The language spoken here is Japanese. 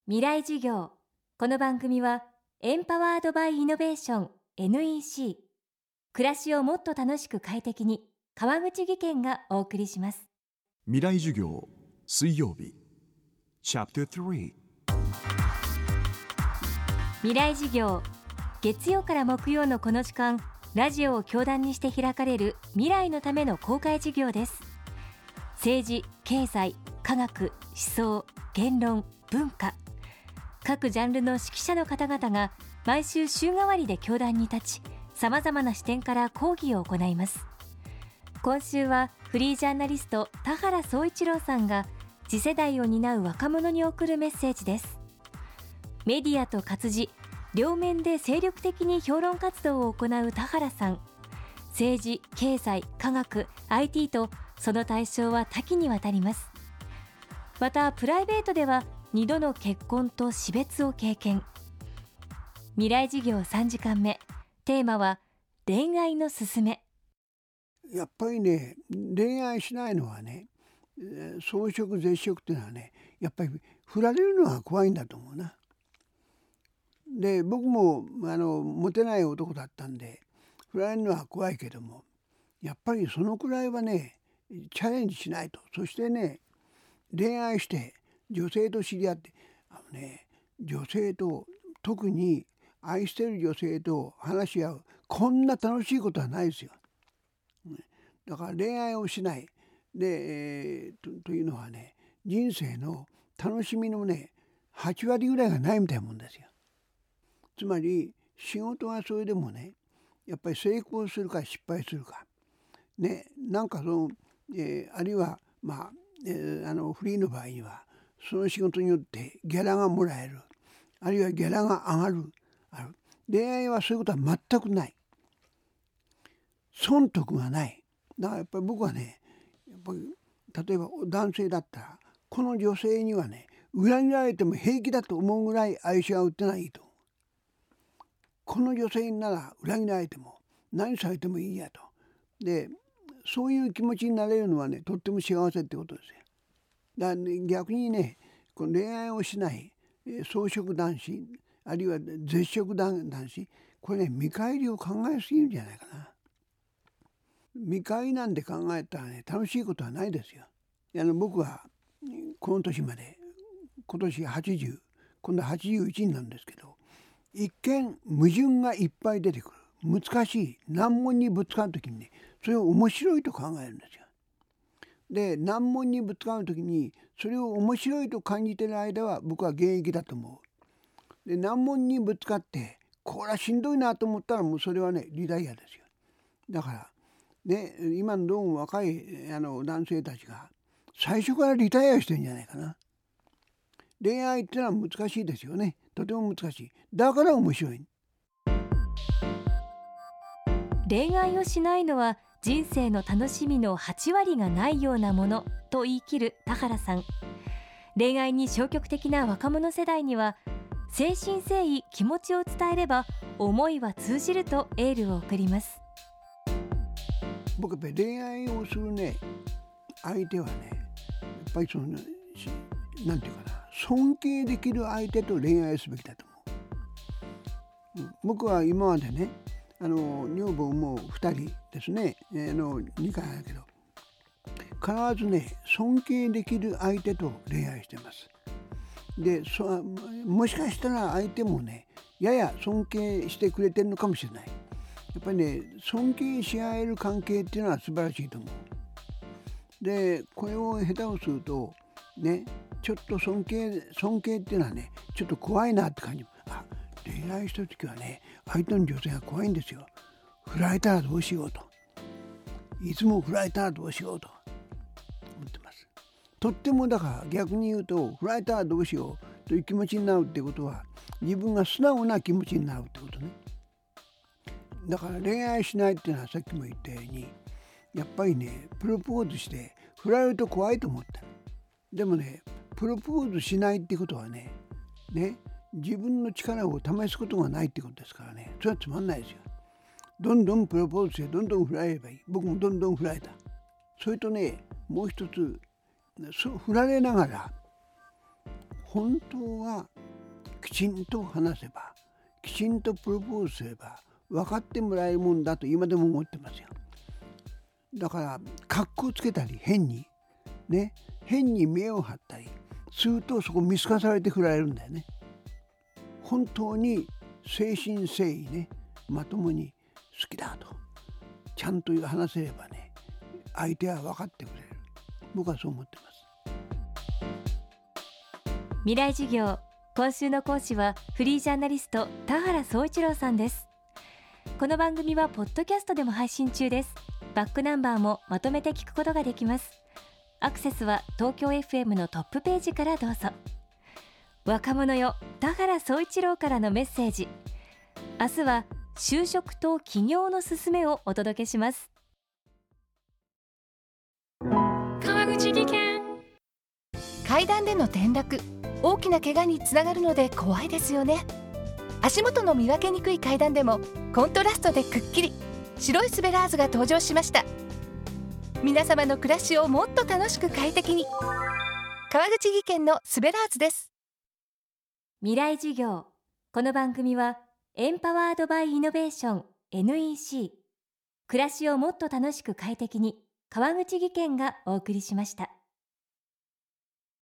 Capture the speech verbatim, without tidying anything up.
未来授業。この番組はエンパワードバイイノベーション エヌイーシー 暮らしをもっと楽しく快適に川口義賢がお送りします。 未来授業水曜日チャプタースリー未来授業。月曜から木曜のこの時間、ラジオを教壇にして開かれる未来のための公開授業です。政治、経済、科学、思想、言論、文化、各ジャンルの指揮者の方々が毎週週替わりで教壇に立ち、さまざまな視点から講義を行います。今週はフリージャーナリスト田原総一郎さんが次世代を担う若者に送るメッセージです。メディアと活字両面で精力的に評論活動を行う田原さん。政治、経済、科学、アイティー とその対象は多岐にわたります。またプライベートではにどの結婚と死別を経験。未来授業さんじかんめ、テーマは恋愛のすすめ。 やっぱりね、恋愛しないのはね、草食絶食っていうのはね、やっぱり振られるのは怖いんだと思うな。で、僕もあのモテない男だったんで振られるのは怖いけども、やっぱりそのくらいはねチャレンジしないと。そしてね、恋愛して女性と知り合って、あのね、女性と、特に愛してる女性と話し合う、こんな楽しいことはないですよ。だから恋愛をしないで、えー、と, というのはね、人生の楽しみのねはちわりぐらいがないみたいなもんですよ。つまり仕事はそれでもね、やっぱり成功するか失敗するかね、なんかその、えー、あるいはまあ、えー、あのフリーの場合にはその仕事によってギャラがもらえる、あるいはギャラが上がる。ある恋愛はそういうことは全くない。損得がない。だからやっぱり僕はね、やっぱり例えば男性だったら、この女性にはね裏切られても平気だと思うぐらい愛し合うってのはいいと。この女性なら裏切られても何されてもいいやと。で、そういう気持ちになれるのはね、とっても幸せってことですよ。だから、ね、逆にね、この恋愛をしない草食男子、あるいは絶食男子、これね、見返りを考えすぎるんじゃないかな。見返りなんて考えたらね、楽しいことはないですよ。あの僕はこの年まで、今年はちじゅう、今度ははちじゅういちになるんですけど、一見矛盾がいっぱい出てくる、難しい難問にぶつかるときにね、それを面白いと考えるんですよ。で、難問にぶつかるときにそれを面白いと感じている間は僕は現役だと思う。で、難問にぶつかってこれはしんどいなと思ったら、もうそれはねリタイアですよ。だからね、今のどうも若いあの男性たちが最初からリタイアしてるんじゃないかな。恋愛ってのは難しいですよね。とても難しい。だから面白い。 恋愛をしないのは人生の楽しみのはちわりがないようなものと言い切る田原さん。恋愛に消極的な若者世代には、誠心誠意気持ちを伝えれば思いは通じるとエールを送ります。 僕やっぱり恋愛をするね相手はね、やっぱりそのなんていうかな、尊敬できる相手と恋愛すべきだと思う。うん、僕は今までね、あの女房もふたりですね、えー、のにかいだけど、必ずね尊敬できる相手と恋愛してます。で、そもしかしたら相手もねやや尊敬してくれてるのかもしれない。やっぱりね、尊敬し合える関係っていうのは素晴らしいと思う。で、これを下手をするとね、ちょっと尊敬尊敬っていうのはね、ちょっと怖いなって感じ。あ、恋愛してる時はね、相手の女性が怖いんですよ。振られたらどうしようと、いつも振られたらどうしようと思ってます。とってもだから逆に言うと、振られたらどうしようという気持ちになるってことは、自分が素直な気持ちになるってことね。だから恋愛しないっていうのは、さっきも言ったように、やっぱりねプロポーズして振られると怖いと思った。でもね、プロポーズしないってことはねね自分の力を試すことがないってことですからね、それはつまんないですよ。どんどんプロポーズしてどんどん振られればいい。僕もどんどん振られた。それとね、もう一つ、振られながら本当はきちんと話せば、きちんとプロポーズすれば分かってもらえるもんだと今でも思ってますよ。だから格好つけたり変にね変に目を張ったりすると、そこ見透かされて振られるんだよね。本当に誠心誠意ね、まともに好きだとちゃんと話せればね、相手は分かってくれる。僕はそう思ってます。 未来授業、今週の講師はフリージャーナリスト田原総一郎さんです。この番組はポッドキャストでも配信中です。バックナンバーもまとめて聞くことができます。アクセスは東京 エフエム のトップページからどうぞ。若者よ、田原総一郎からのメッセージ。明日は就職と起業のすすめをお届けします。 川口技研。階段での転落、大きな怪我につながるので怖いですよね。足元の見分けにくい階段でもコントラストでくっきり白いスベラーズが登場しました。皆様の暮らしをもっと楽しく快適に、川口技研のスベラーズです。 未来授業、この番組はエンパワードバイイノベーション エヌイーシー、 暮らしをもっと楽しく快適に、川口技研がお送りしました。